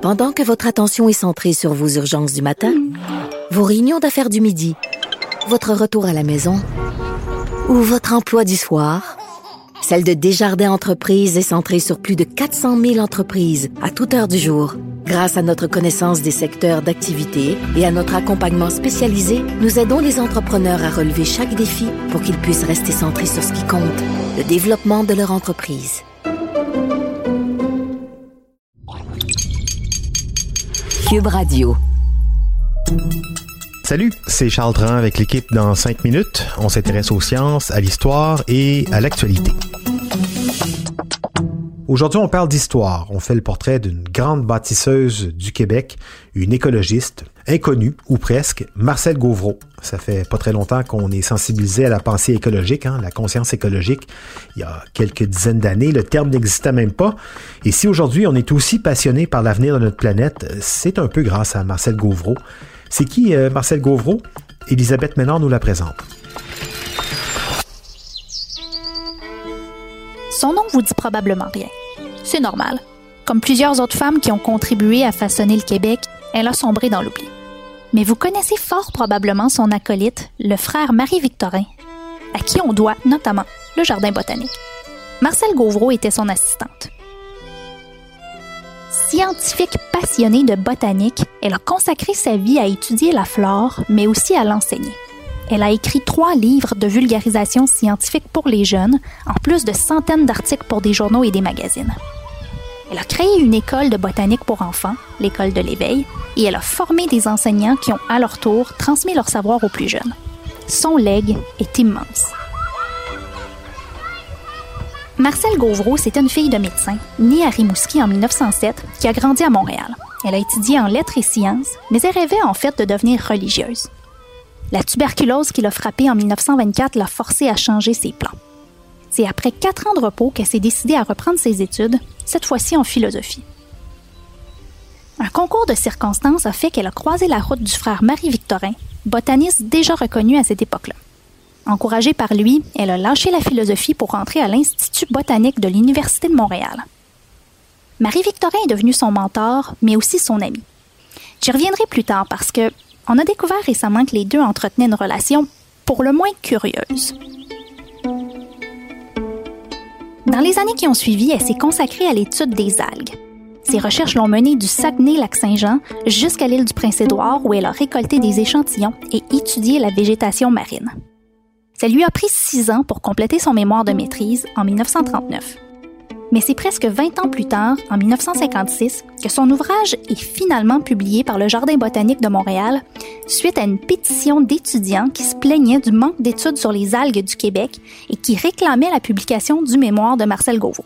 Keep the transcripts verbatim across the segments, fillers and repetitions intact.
Pendant que votre attention est centrée sur vos urgences du matin, vos réunions d'affaires du midi, votre retour à la maison ou votre emploi du soir, celle de Desjardins Entreprises est centrée sur plus de quatre cent mille entreprises à toute heure du jour. Grâce à notre connaissance des secteurs d'activité et à notre accompagnement spécialisé, nous aidons les entrepreneurs à relever chaque défi pour qu'ils puissent rester centrés sur ce qui compte, le développement de leur entreprise. Cube Radio. Salut, c'est Charles Dran avec l'équipe dans cinq minutes. On s'intéresse aux sciences, à l'histoire et à l'actualité. Aujourd'hui, on parle d'histoire. On fait le portrait d'une grande bâtisseuse du Québec, une écologiste, inconnue, ou presque, Marcelle Gauvreau. Ça fait pas très longtemps qu'on est sensibilisé à la pensée écologique, hein, la conscience écologique. Il y a quelques dizaines d'années, le terme n'existait même pas. Et si aujourd'hui, on est aussi passionné par l'avenir de notre planète, c'est un peu grâce à Marcelle Gauvreau. C'est qui, euh, Marcelle Gauvreau? Elisabeth Ménard nous la présente. Son nom vous dit probablement rien. C'est normal. Comme plusieurs autres femmes qui ont contribué à façonner le Québec, elle a sombré dans l'oubli. Mais vous connaissez fort probablement son acolyte, le frère Marie-Victorin, à qui on doit notamment le jardin botanique. Marcelle Gauvreau était son assistante. Scientifique passionnée de botanique, elle a consacré sa vie à étudier la flore, mais aussi à l'enseigner. Elle a écrit trois livres de vulgarisation scientifique pour les jeunes, en plus de centaines d'articles pour des journaux et des magazines. Elle a créé une école de botanique pour enfants, l'école de l'éveil, et elle a formé des enseignants qui ont, à leur tour, transmis leur savoir aux plus jeunes. Son legs est immense. Marcelle Gauvreau, c'est une fille de médecin, née à Rimouski en dix-neuf cent sept, qui a grandi à Montréal. Elle a étudié en lettres et sciences, mais elle rêvait en fait de devenir religieuse. La tuberculose qui l'a frappée en dix-neuf cent vingt-quatre l'a forcée à changer ses plans. C'est après quatre ans de repos qu'elle s'est décidée à reprendre ses études, cette fois-ci en philosophie. Un concours de circonstances a fait qu'elle a croisé la route du frère Marie-Victorin, botaniste déjà reconnu à cette époque-là. Encouragée par lui, elle a lâché la philosophie pour entrer à l'Institut botanique de l'Université de Montréal. Marie-Victorin est devenue son mentor, mais aussi son amie. J'y reviendrai plus tard parce que on a découvert récemment que les deux entretenaient une relation pour le moins curieuse. Dans les années qui ont suivi, elle s'est consacrée à l'étude des algues. Ses recherches l'ont menée du Saguenay-Lac-Saint-Jean jusqu'à l'île du Prince-Édouard où elle a récolté des échantillons et étudié la végétation marine. Ça lui a pris six ans pour compléter son mémoire de maîtrise en dix-neuf cent trente-neuf. Mais c'est presque vingt ans plus tard, en dix-neuf cent cinquante-six, que son ouvrage est finalement publié par le Jardin botanique de Montréal suite à une pétition d'étudiants qui se plaignaient du manque d'études sur les algues du Québec et qui réclamaient la publication du mémoire de Marcelle Gauvreau.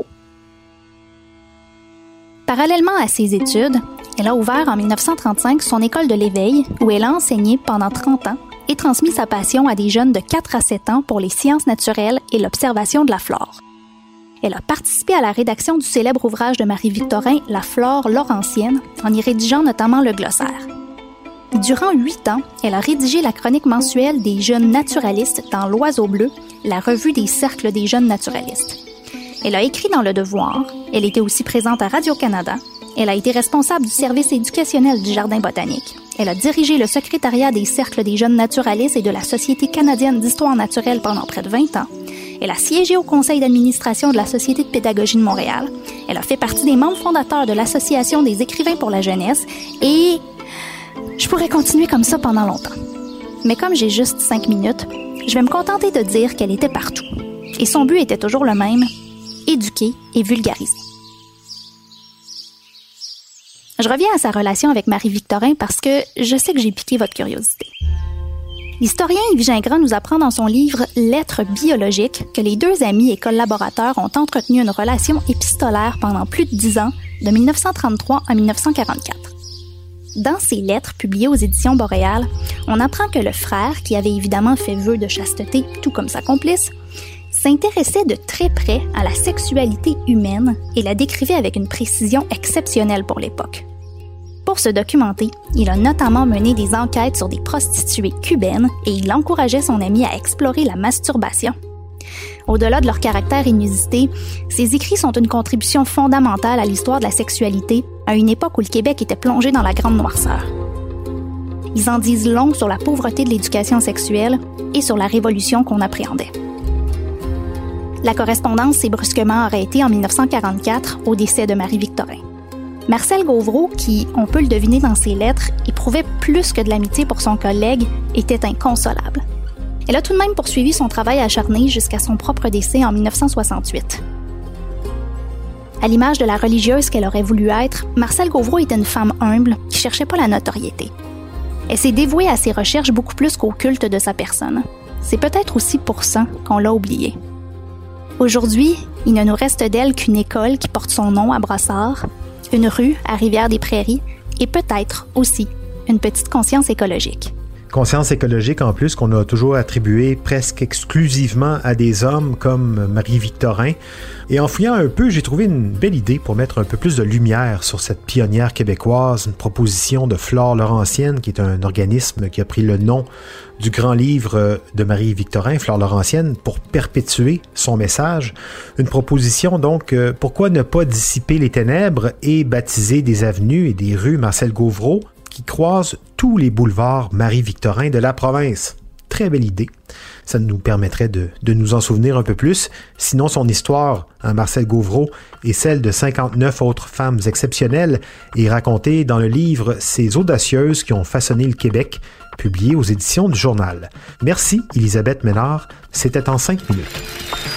Parallèlement à ses études, elle a ouvert en dix-neuf cent trente-cinq son école de l'éveil où elle a enseigné pendant trente ans et transmis sa passion à des jeunes de quatre à sept ans pour les sciences naturelles et l'observation de la flore. Elle a participé à la rédaction du célèbre ouvrage de Marie-Victorin, La flore laurentienne, en y rédigeant notamment le glossaire. Durant huit ans, elle a rédigé la chronique mensuelle des jeunes naturalistes dans l'Oiseau bleu, la revue des cercles des jeunes naturalistes. Elle a écrit dans Le Devoir, elle était aussi présente à Radio-Canada, elle a été responsable du service éducationnel du Jardin botanique. Elle a dirigé le secrétariat des cercles des jeunes naturalistes et de la Société canadienne d'histoire naturelle pendant près de vingt ans. Elle a siégé au conseil d'administration de la Société de pédagogie de Montréal. Elle a fait partie des membres fondateurs de l'Association des écrivains pour la jeunesse et je pourrais continuer comme ça pendant longtemps. Mais comme j'ai juste cinq minutes, je vais me contenter de dire qu'elle était partout. Et son but était toujours le même, éduquer et vulgariser. Je reviens à sa relation avec Marie-Victorin parce que je sais que j'ai piqué votre curiosité. L'historien Yves Gingras nous apprend dans son livre « Lettres biologiques » que les deux amis et collaborateurs ont entretenu une relation épistolaire pendant plus de dix ans, de dix-neuf cent trente-trois à dix-neuf cent quarante-quatre. Dans ces lettres publiées aux éditions Boréal, on apprend que le frère, qui avait évidemment fait vœu de chasteté, tout comme sa complice, s'intéressait de très près à la sexualité humaine et la décrivait avec une précision exceptionnelle pour l'époque. Pour se documenter, il a notamment mené des enquêtes sur des prostituées cubaines et il encourageait son ami à explorer la masturbation. Au-delà de leur caractère inusité, ses écrits sont une contribution fondamentale à l'histoire de la sexualité à une époque où le Québec était plongé dans la grande noirceur. Ils en disent long sur la pauvreté de l'éducation sexuelle et sur la révolution qu'on appréhendait. La correspondance s'est brusquement arrêtée en dix-neuf cent quarante-quatre au décès de Marie-Victorin. Marcel Gauvreau, qui, on peut le deviner dans ses lettres, éprouvait plus que de l'amitié pour son collègue, était inconsolable. Elle a tout de même poursuivi son travail acharné jusqu'à son propre décès en dix-neuf cent soixante-huit. À l'image de la religieuse qu'elle aurait voulu être, Marcel Gauvreau était une femme humble qui cherchait pas la notoriété. Elle s'est dévouée à ses recherches beaucoup plus qu'au culte de sa personne. C'est peut-être aussi pour ça qu'on l'a oubliée. Aujourd'hui, il ne nous reste d'elle qu'une école qui porte son nom à Brossard, une rue à Rivière-des-Prairies et peut-être aussi une petite conscience écologique. Conscience écologique en plus qu'on a toujours attribué presque exclusivement à des hommes comme Marie-Victorin. Et en fouillant un peu, j'ai trouvé une belle idée pour mettre un peu plus de lumière sur cette pionnière québécoise, une proposition de Flore Laurentienne, qui est un organisme qui a pris le nom du grand livre de Marie-Victorin, Flore Laurentienne, pour perpétuer son message. Une proposition donc, euh, pourquoi ne pas dissiper les ténèbres et baptiser des avenues et des rues Marcel Gauvreau qui croisent tous les boulevards Marie-Victorin de la province. Très belle idée. Ça nous permettrait de, de nous en souvenir un peu plus. Sinon, son histoire, hein, Marcel Gauvreau, et celle de cinquante-neuf autres femmes exceptionnelles est racontée dans le livre « Ces audacieuses qui ont façonné le Québec », publié aux éditions du Journal. Merci, Elisabeth Ménard. C'était en cinq minutes.